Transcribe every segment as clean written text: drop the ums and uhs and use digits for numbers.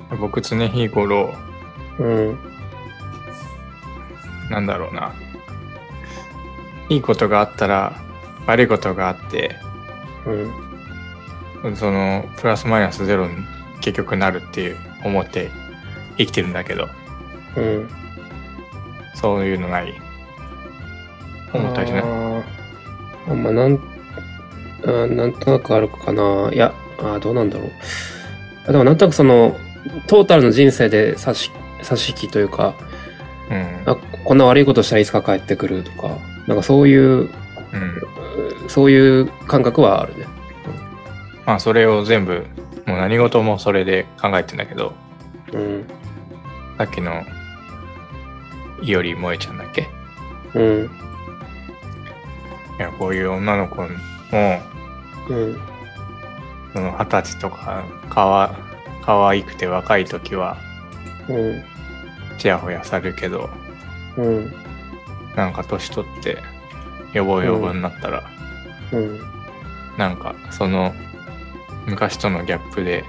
僕常日頃、 うん。 なんだろうな。いいことがあったら悪いことがあって、そのプラスマイナスゼロに結局なるっていう思って生きてるんだけど、 うん。 そういうのない思ったりしない？ まあ、なんとなくあるかな。いや、どうなんだろう。でもなんとなくその、トータルの人生で差し引きというか、 うん。 こんな悪いことしたらいつか帰ってくるとか、なんかそういう、そういう感覚はあるね。 まあそれを全部、もう何事もそれで考えてんだけど、さっきのいおりもえちゃんだっけ？いや、こういう女の子も、その20歳とか可愛くて若い時は、ちやほやされるけど、なんか年取ってヨボヨボになったら、なんかその昔とのギャップで、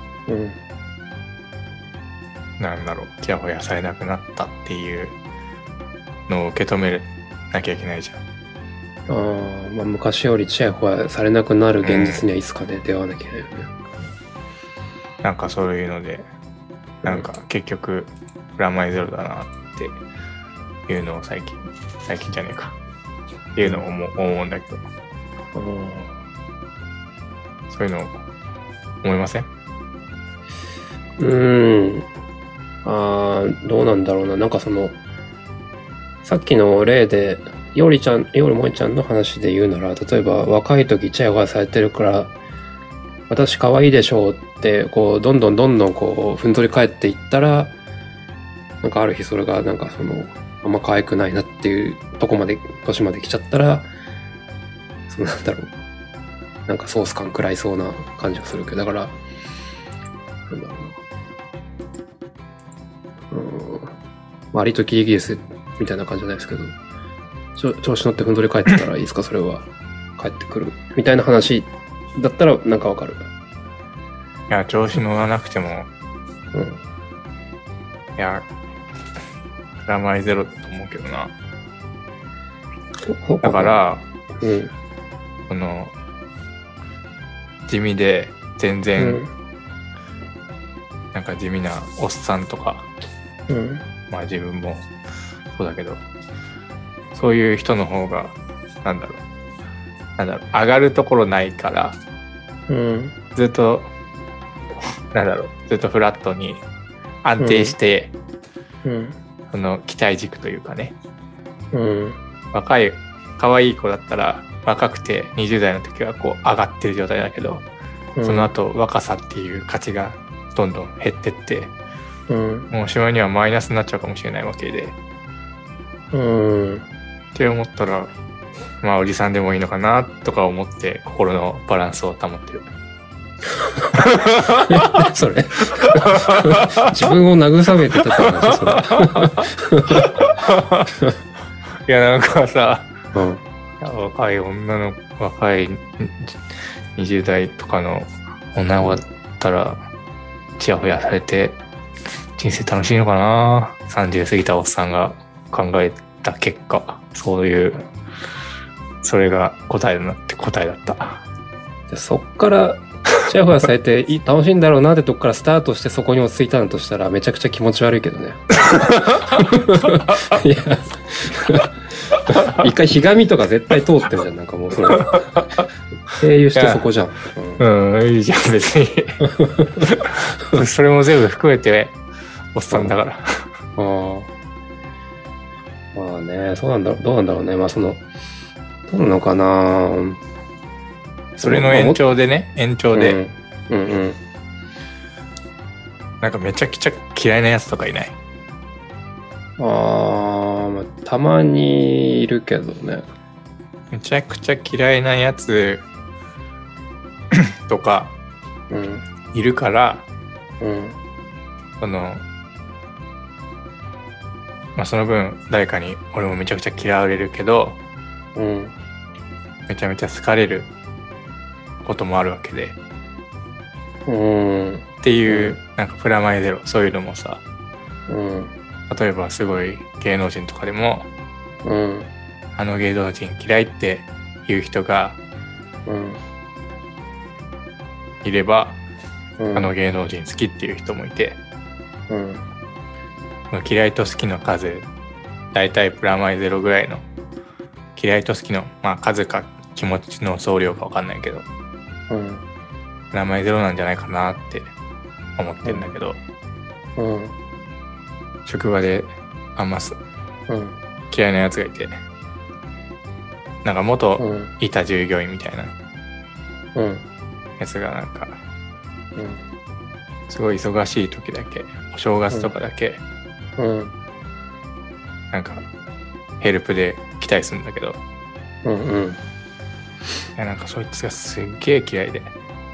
なんだろう、ちやほやされなくなったっていうのを受け止めなきゃいけないじゃん。 まあ、昔よりちやほやされなくなる現実にはいつかね、出会わなきゃいけないよね。 なんかそういうので、なんか結局プラマイゼロだなっていうのを最近じゃねえかっていうのを思うんだけど、そういうの思いません？ どうなんだろうな。なんかその、さっきの例で、いおりもえちゃんの話で言うなら、例えば若い時ちやほやされてるから、私可愛いでしょうって、こう、どんどんこう、ふんぞり返っていったら、なんかある日それがなんかその、あんま可愛くないなっていう年まで来ちゃったら、そのなんだろう。なんかソース感食らいそうな感じがするけど、だから、なんだろうな。割とキリギリスみたいな感じじゃないですけど、調子乗ってふんぞり返ってたらいいですか、それは。帰ってくる。みたいな話だったらなんかわかる。 いや、調子乗らなくても、いや、プラマイゼロだと思うけどな。だから、この、地味で全然、なんか地味なおっさんとか、まあ自分もそうだけど、そういう人の方が、なんだろう、上がるところないから、ずっと、ずっとフラットに安定して、その期待軸というかね、可愛い子だったら若くて20代の時はこう上がってる状態だけど、その後若さっていう価値がどんどん減ってって、もうしまいにはマイナスになっちゃうかもしれないわけで、って思ったら、まあおじさんでもいいのかなとか思って心のバランスを保ってる。 それ自分を慰めてた話それいやなんかさ、若い20代とかの女だったらちやほやされて人生楽しいのかな。30過ぎたおっさんが考えた結果、それが答えだった。 そっからちやほやされて楽しいんだろうなってとこからスタートしてそこに落ち着いたんだとしたらめちゃくちゃ気持ち悪いけどね。いや一回ひがみとか絶対通ってるじゃん。なんかもうそれ経由してそこじゃん。 いいじゃん別に。それも全部含めておっさんだから。 まあね、どうなんだろうね。まあそのどうなのかな。 それの延長で、なんかめちゃくちゃ嫌いなやつとかいない？ まあ、たまにいるけどね。 めちゃくちゃ嫌いなやつとかいるから、その分誰かに俺もめちゃくちゃ嫌われるけど、めちゃめちゃ好かれることもあるわけで、 っていう、なんかプラマイゼロ、そういうのもさ、例えばすごい芸能人とかでも、あの芸能人嫌いっていう人がいれば、あの芸能人好きっていう人もいて、嫌いと好きの数、だいたいプラマイゼロぐらいの、嫌いと好きの、まあ数か気持ちの総量か分かんないけど、プラマイゼロなんじゃないかなって思ってんだけど、職場であんま嫌いなやつがいて、なんか元いた従業員みたいなやつがなんか、すごい忙しい時だけ、お正月とかだけ、なんかヘルプで来たりするんだけど、いやなんかそいつがすっげえ嫌いで、い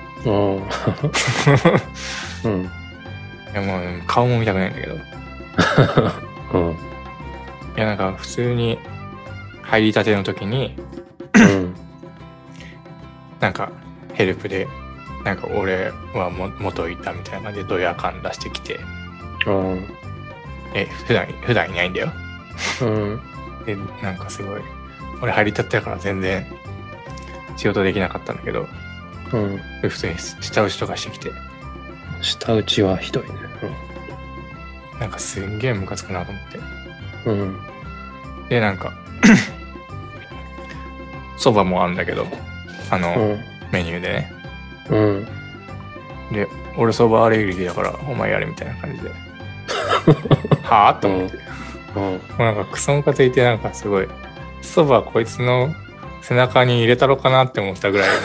やもう顔も見たくないんだけど、いやなんか普通に入りたての時に、なんかヘルプでなんか俺は元いたみたいな感じでドヤ感出してきて、普段いないんだよ。でなんかすごい俺入りたてだから全然仕事できなかったんだけど、普通に舌打ちとかしてきて、 舌打ちはひどいね。 なんかすんげえムカつくなと思って、でなんかそばもあるんだけど、メニューでね、で俺そばアレルギーだからお前やれみたいな感じではぁと思って、もうなんかクソムカついて、なんかすごいそばこいつの背中に入れたろかなって思ったぐらい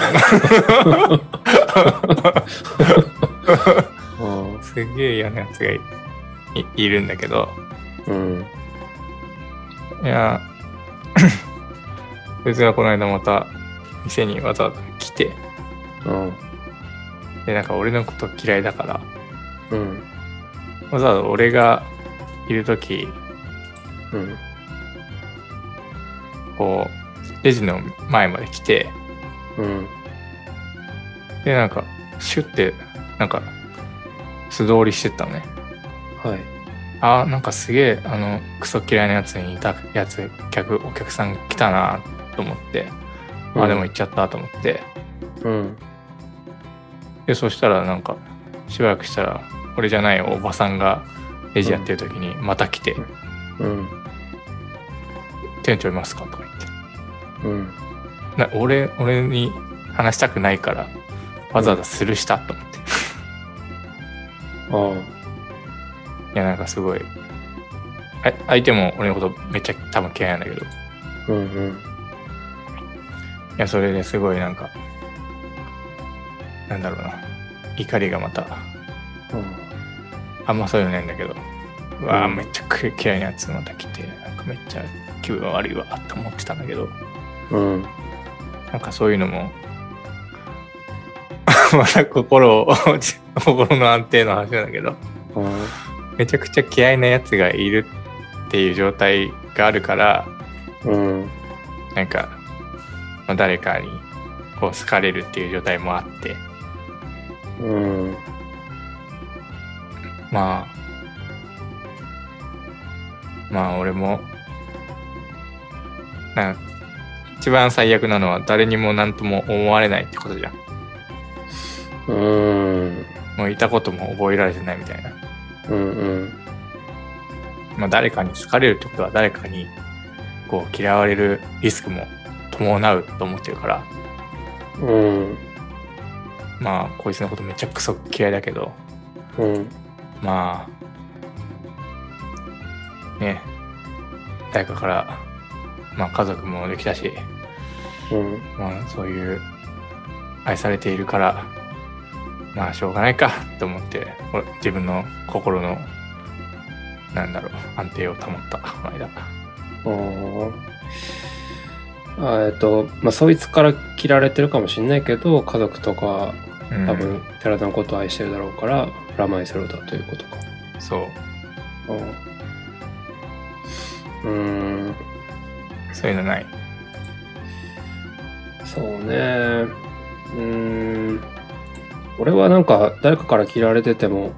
すげえ嫌なやつが いるんだけど、いやそいつがこの間また店にわざわざ来て、でなんか俺のこと嫌いだから、わざわざ俺がいるとき、こうレジの前まで来て、でなんかシュッてなんか素通りしてったのね。なんかすげえクソ嫌いなやつにいたやつお客さん来たなと思って、でも行っちゃったと思って、でそしたらなんかしばらくしたら俺じゃないおばさんがレジやってる時にまた来て、店長いますかとか言って、俺に話したくないからわざわざスルーしたと思って、いやなんかすごい相手も俺のことめっちゃ多分嫌いなんだけど、いやそれですごいなんかなんだろうな、怒りがまた、あんまそういうのないんだけど、めっちゃ嫌いなやつまた来て、なんかめっちゃ気分悪いわって思ってたんだけど、なんかそういうのもまた心の安定の話なんだけど、めちゃくちゃ嫌いなやつがいるっていう状態があるから、なんか、誰かにこう好かれるっていう状態もあって、まあ俺も一番最悪なのは誰にも何とも思われないってことじゃん。もういたことも覚えられてないみたいな。誰かに好かれるってことは誰かにこう嫌われるリスクも伴うと思ってるから、こいつのことめっちゃクソ嫌いだけど、ね、誰かから家族もできたし、そういう愛されているからしょうがないかと思って自分の心の安定を保ったこの間。そいつから切られてるかもしれないけど、家族とか多分寺田のことを愛してるだろうからプラマイゼロだということか。 そう。そういうのない？ そうね。 俺はなんか誰かから嫌われてても、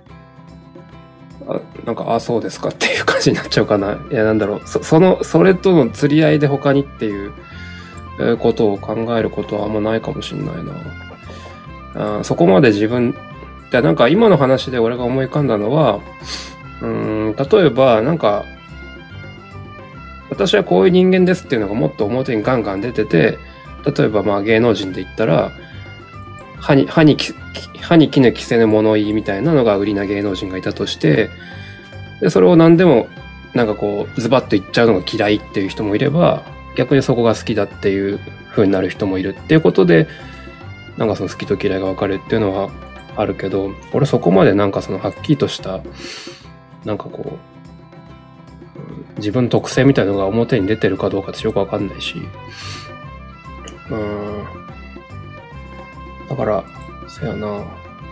なんか、そうですかっていう感じになっちゃうかな。いや、なんだろう。それとの釣り合いで他にっていうことを考えることはあんまないかもしれないな。そこまで自分、なんか今の話で俺が思い浮かんだのは、例えばなんか、私はこういう人間ですっていうのがもっと表にガンガン出てて、例えばまあ芸能人で言ったら、歯に衣着せぬ物言いみたいなのが売りな芸能人がいたとして、で、それを何でもなんかこうズバッと言っちゃうのが嫌いっていう人もいれば、逆にそこが好きだっていう風になる人もいるっていうことで、なんかその好きと嫌いが分かるっていうのはあるけど、俺そこまでなんかそのはっきりとしたなんかこう自分特性みたいなのが表に出てるかどうかってよく分かんないし、だからそうやな。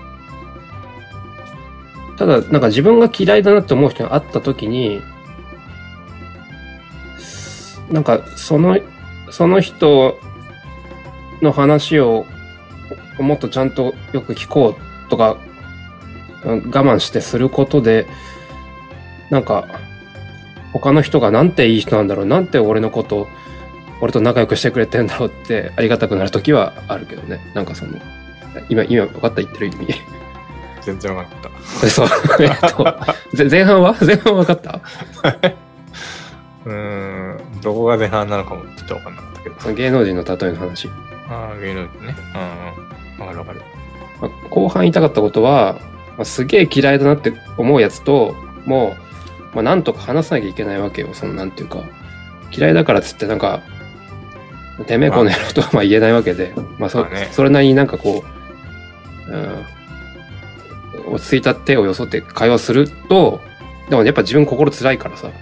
ただなんか自分が嫌いだなって思う人が会った時に、なんかその人の話をもっとちゃんとよく聞こうとか我慢してすることで、なんか他の人がなんていい人なんだろう、なんて俺と仲良くしてくれてんだろうってありがたくなる時はあるけどね。なんかその今分かった、言ってる意味。 全然分かった。 そう。前半は分かった？ どこが前半なのかもちょっと分かんなかったけど。 その芸能人の例えの話。 芸能人ね。分かる。 後半言いたかったことは、すげえ嫌いだなって思うやつと、もう、なんとか話さなきゃいけないわけよ。その、なんていうか、嫌いだからっつってなんか、てめえこの野郎とは言えないわけで、それなりになんかこう、落ち着いた手をよそって会話すると、でもやっぱ自分心辛いからさ。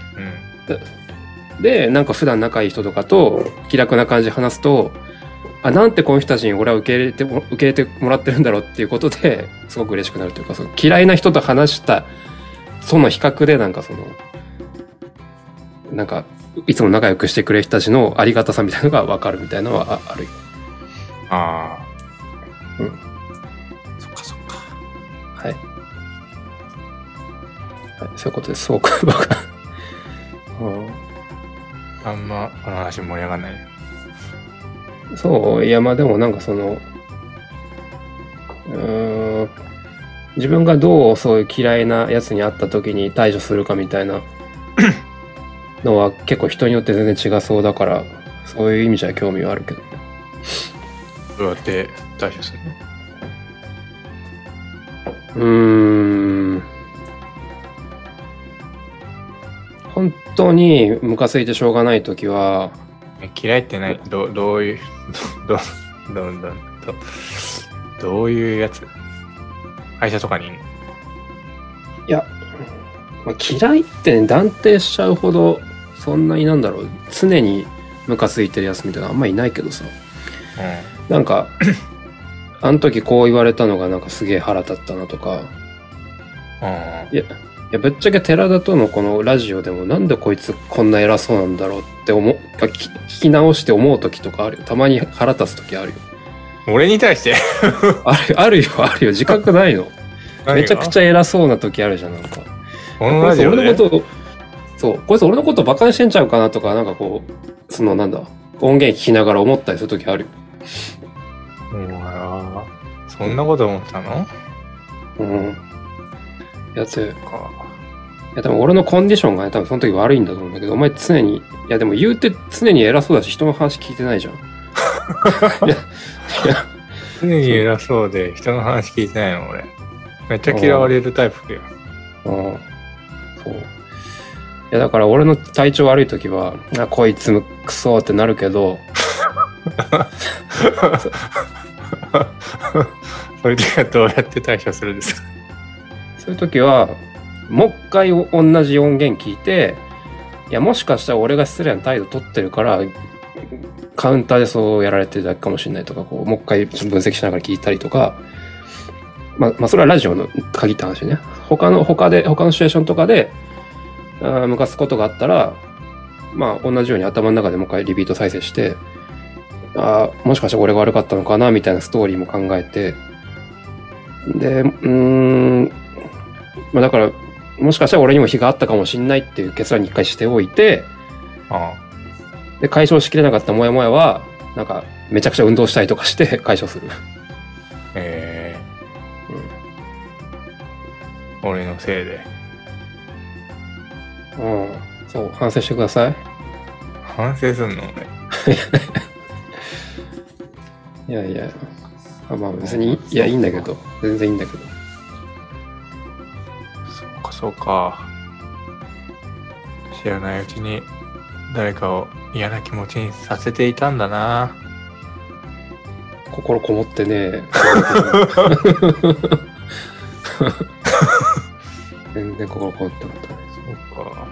で、なんか普段仲いい人とかと気楽な感じで話すと、なんてこの人たちに俺は受け入れてもらってるんだろうっていうことですごく嬉しくなるというか、その嫌いな人と話したその比較でなんかその、なんかいつも仲良くしてくれる人たちのありがたさみたいなのが分かるみたいなのはあるよ。 そっか。 はい。そういうことです。そうか。 あんまこの話盛り上がらないよ。 そう、いやでもなんかその、自分がどうそういう嫌いなやつに会った時に対処するかみたいなのは結構人によって全然違そうだから、そういう意味じゃ興味はあるけど。 どうやって対処するの？本当にムカついてしょうがないときは、 嫌いってない、どういうどういうやつ？会社とかに？ いや、嫌いってね、断定しちゃうほどそんなになんだろう、常にムカついてるやつみたいなのあんまいないけどさ、なんかあの時こう言われたのがなんかすげえ腹立ったなとか、いやぶっちゃけ寺田とのこのラジオでもなんでこいつこんな偉そうなんだろうって聞き直して思う時とかあるよ。たまに腹立つ時あるよ。 俺に対してあるよ自覚ないの？めちゃくちゃ偉そうな時あるじゃん。なんかこのラジオでこいつ俺のことバカにしてんちゃうかなとか、なんかこうそのなんだ音源聞きながら思ったりする時あるよ。 そんなこと思ったの？ いやでも俺のコンディションがね、多分その時悪いんだと思うんだけど、お前常に、いやでも言うて常に偉そうだし人の話聞いてないじゃん。いや常に偉そうで人の話聞いてないの俺。めっちゃ嫌われるタイプだよ。 そう。いやだから俺の体調悪い時は、こいつクソってなるけど、 そういう時はどうやって対処するんですか？ そういう時はもう一回同じ音源聞いて、いやもしかしたら俺が失礼な態度取ってるからカウンターでそうやられてるだけかもしれないとか、こうもう一回分析しながら聞いたりとか、それはラジオの限った話ね。他のシチュエーションとかでムカつくことがあったら、同じように頭の中でもう一回リピート再生して、もしかしたら俺が悪かったのかなみたいなストーリーも考えて、 で、まあだから、もしかしたら俺にも非があったかもしんないっていう結論に一回しておいて、で、解消しきれなかったモヤモヤは、なんか、めちゃくちゃ運動したりとかして解消する。 俺のせいで。 そう、反省してください。 反省すんの俺。いや、まあ別に、いいんだけど、全然いいんだけど。 そうか。知らないうちに誰かを嫌な気持ちにさせていたんだな。 心こもってね。全然心こもってなかったね。 そうか。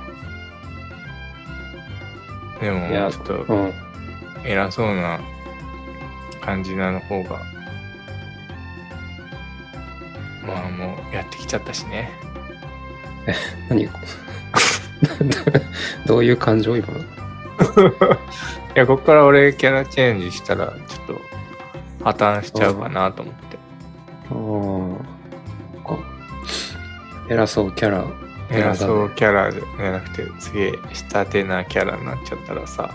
でもちょっと偉そうな感じなの方が、まあもうやってきちゃったしね。 何どういう感情今？いや、こっから俺キャラチェンジしたらちょっと破綻しちゃうかなと思って。 偉そうキャラ。 偉そうキャラじゃなくて、すげえ下手なキャラになっちゃったらさ、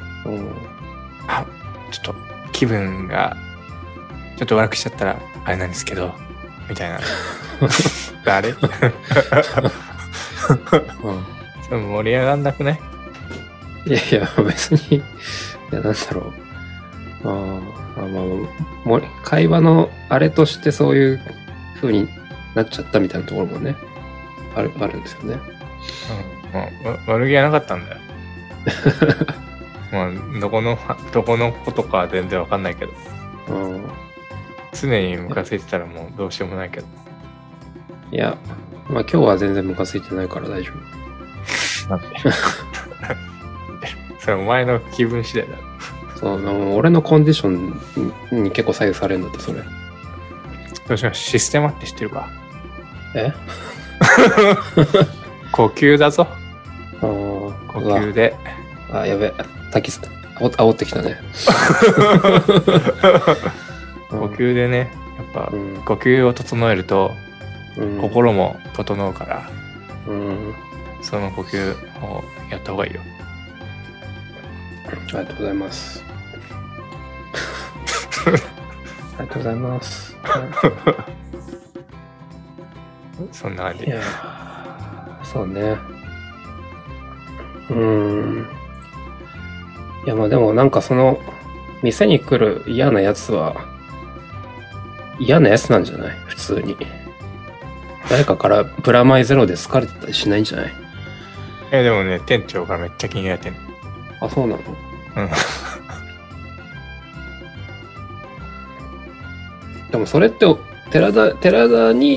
ちょっと気分がちょっと悪くしちゃったらあれなんですけどみたいな。誰？盛り上がんなくね？ いや別に、なんだろう。会話のあれとしてそういう風になっちゃったみたいなところもね、あるんですよね。 悪気はなかったんだよ。まあ、どこのことかは全然わかんないけど。常にムカついてたらもうどうしようもないけど。 いや、まあ今日は全然ムカついてないから大丈夫。 なんでそれお前の気分次第だろ。 そう、俺のコンディションに結構左右されるんだって、それ。 どうしよう、システマって知ってるか？呼吸だぞ。呼吸で。 やべ。煽ってきたね。 呼吸でね、やっぱ、呼吸を整えると、心も整うから、その呼吸をやった方がいいよ。 ありがとうございます。ありがとうございます。 そんな感じ。 いや、そうね。いや、まあでもなんかその、店に来る嫌なやつは、嫌なやつなんじゃない？普通に。誰かからプラマイゼロで好かれてたりしないんじゃない？ でもね、店長がめっちゃ気に入られてんの。 あ、そうなの？でもそれって、寺田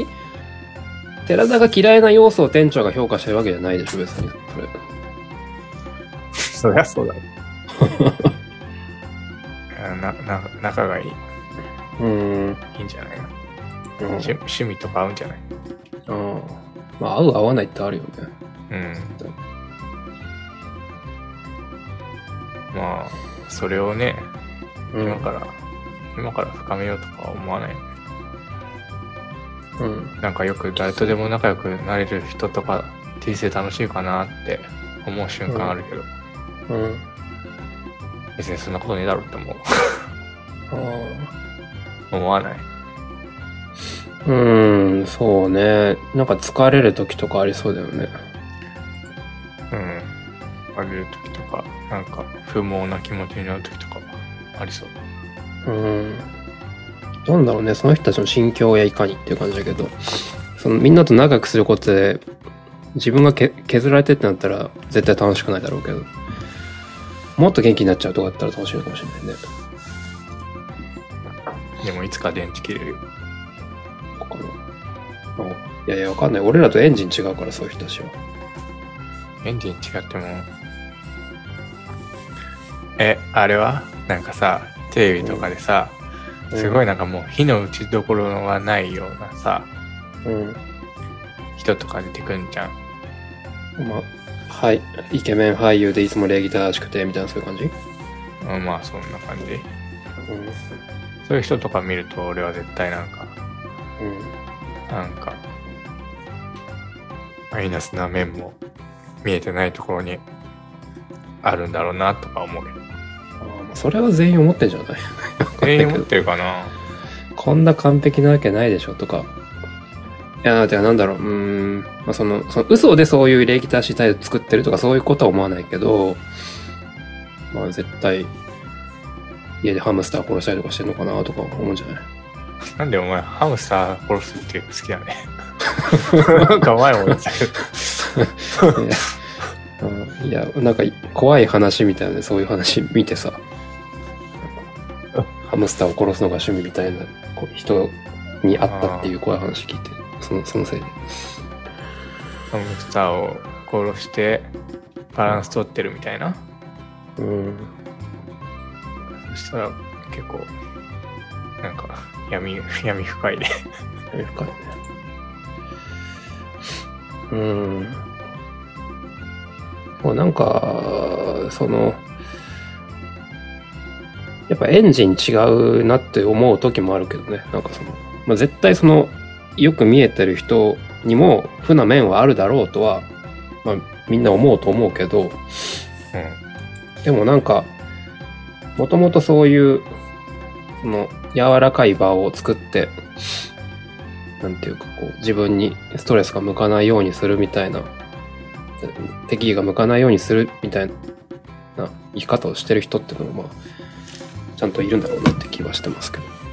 が嫌いな要素を店長が評価してるわけじゃないでしょ、別に。 そりゃそうだ。仲がいい。いいんじゃないの？趣味とか合うんじゃない？ まあ合う合わないってあるよね。 まあそれをね、今から深めようとかは思わない。なんかよく誰とでも仲良くなれる人とか人生楽しいかなって思う瞬間あるけど、別にそんなことねえだろって思う。思わない？ そうね。なんか疲れる時とかありそうだよね。 疲れる時とか、なんか不毛な気持ちになる時とかありそう。 なんだろうね、その人たちの心境やいかにっていう感じだけど、そのみんなと仲良くすることで自分が削られてってなったら絶対楽しくないだろうけど、もっと元気になっちゃうとかだったら楽しいのかもしれないね。 でもいつか電池切れるよ。 いやわかんない。俺らとエンジン違うから、そういう人たちは。 エンジン違っても、あれはなんかさ、テレビとかでさ、すごいなんかもう火の打ちどころがないようなさ、人とか出てくんじゃん。 はい、イケメン俳優でいつも礼儀正しくてみたいな、そういう感じ？ まあそんな感じ。そういう人とか見ると俺は絶対なんかなんかマイナスな面も見えてないところにあるんだろうなとか思うよ。 それは全員思ってんじゃない？ 全員思ってるかな。 こんな完璧なわけないでしょとか。いや、じゃあなんだろう、まあ、その嘘でそういう礼儀正しい態度作ってるとかそういうことは思わないけど、まあ絶対家でハムスター殺したりとかしてんのかなとか思うんじゃない？ なんでお前ハムスター殺すって好きだね。なんか前も言ってたけど。 いや、なんか怖い話みたいな、そういう話見てさ、ハムスターを殺すのが趣味みたいな人に会ったっていう怖い話聞いて、そのせいで。 ハムスターを殺してバランス取ってるみたいな。そしたら結構なんか闇深いね。 闇深いね。もうなんかやっぱエンジン違うなって思う時もあるけどね。なんかまあ、絶対よく見えてる人にも負な面はあるだろうとは、まあ、みんな思うと思うけど、でもなんかもともとそういう柔らかい場を作って、なんていうかこう自分にストレスが向かないようにするみたいな、敵意が向かないようにするみたいな生き方をしてる人っていうのもまあちゃんといるんだろうなって気はしてますけど。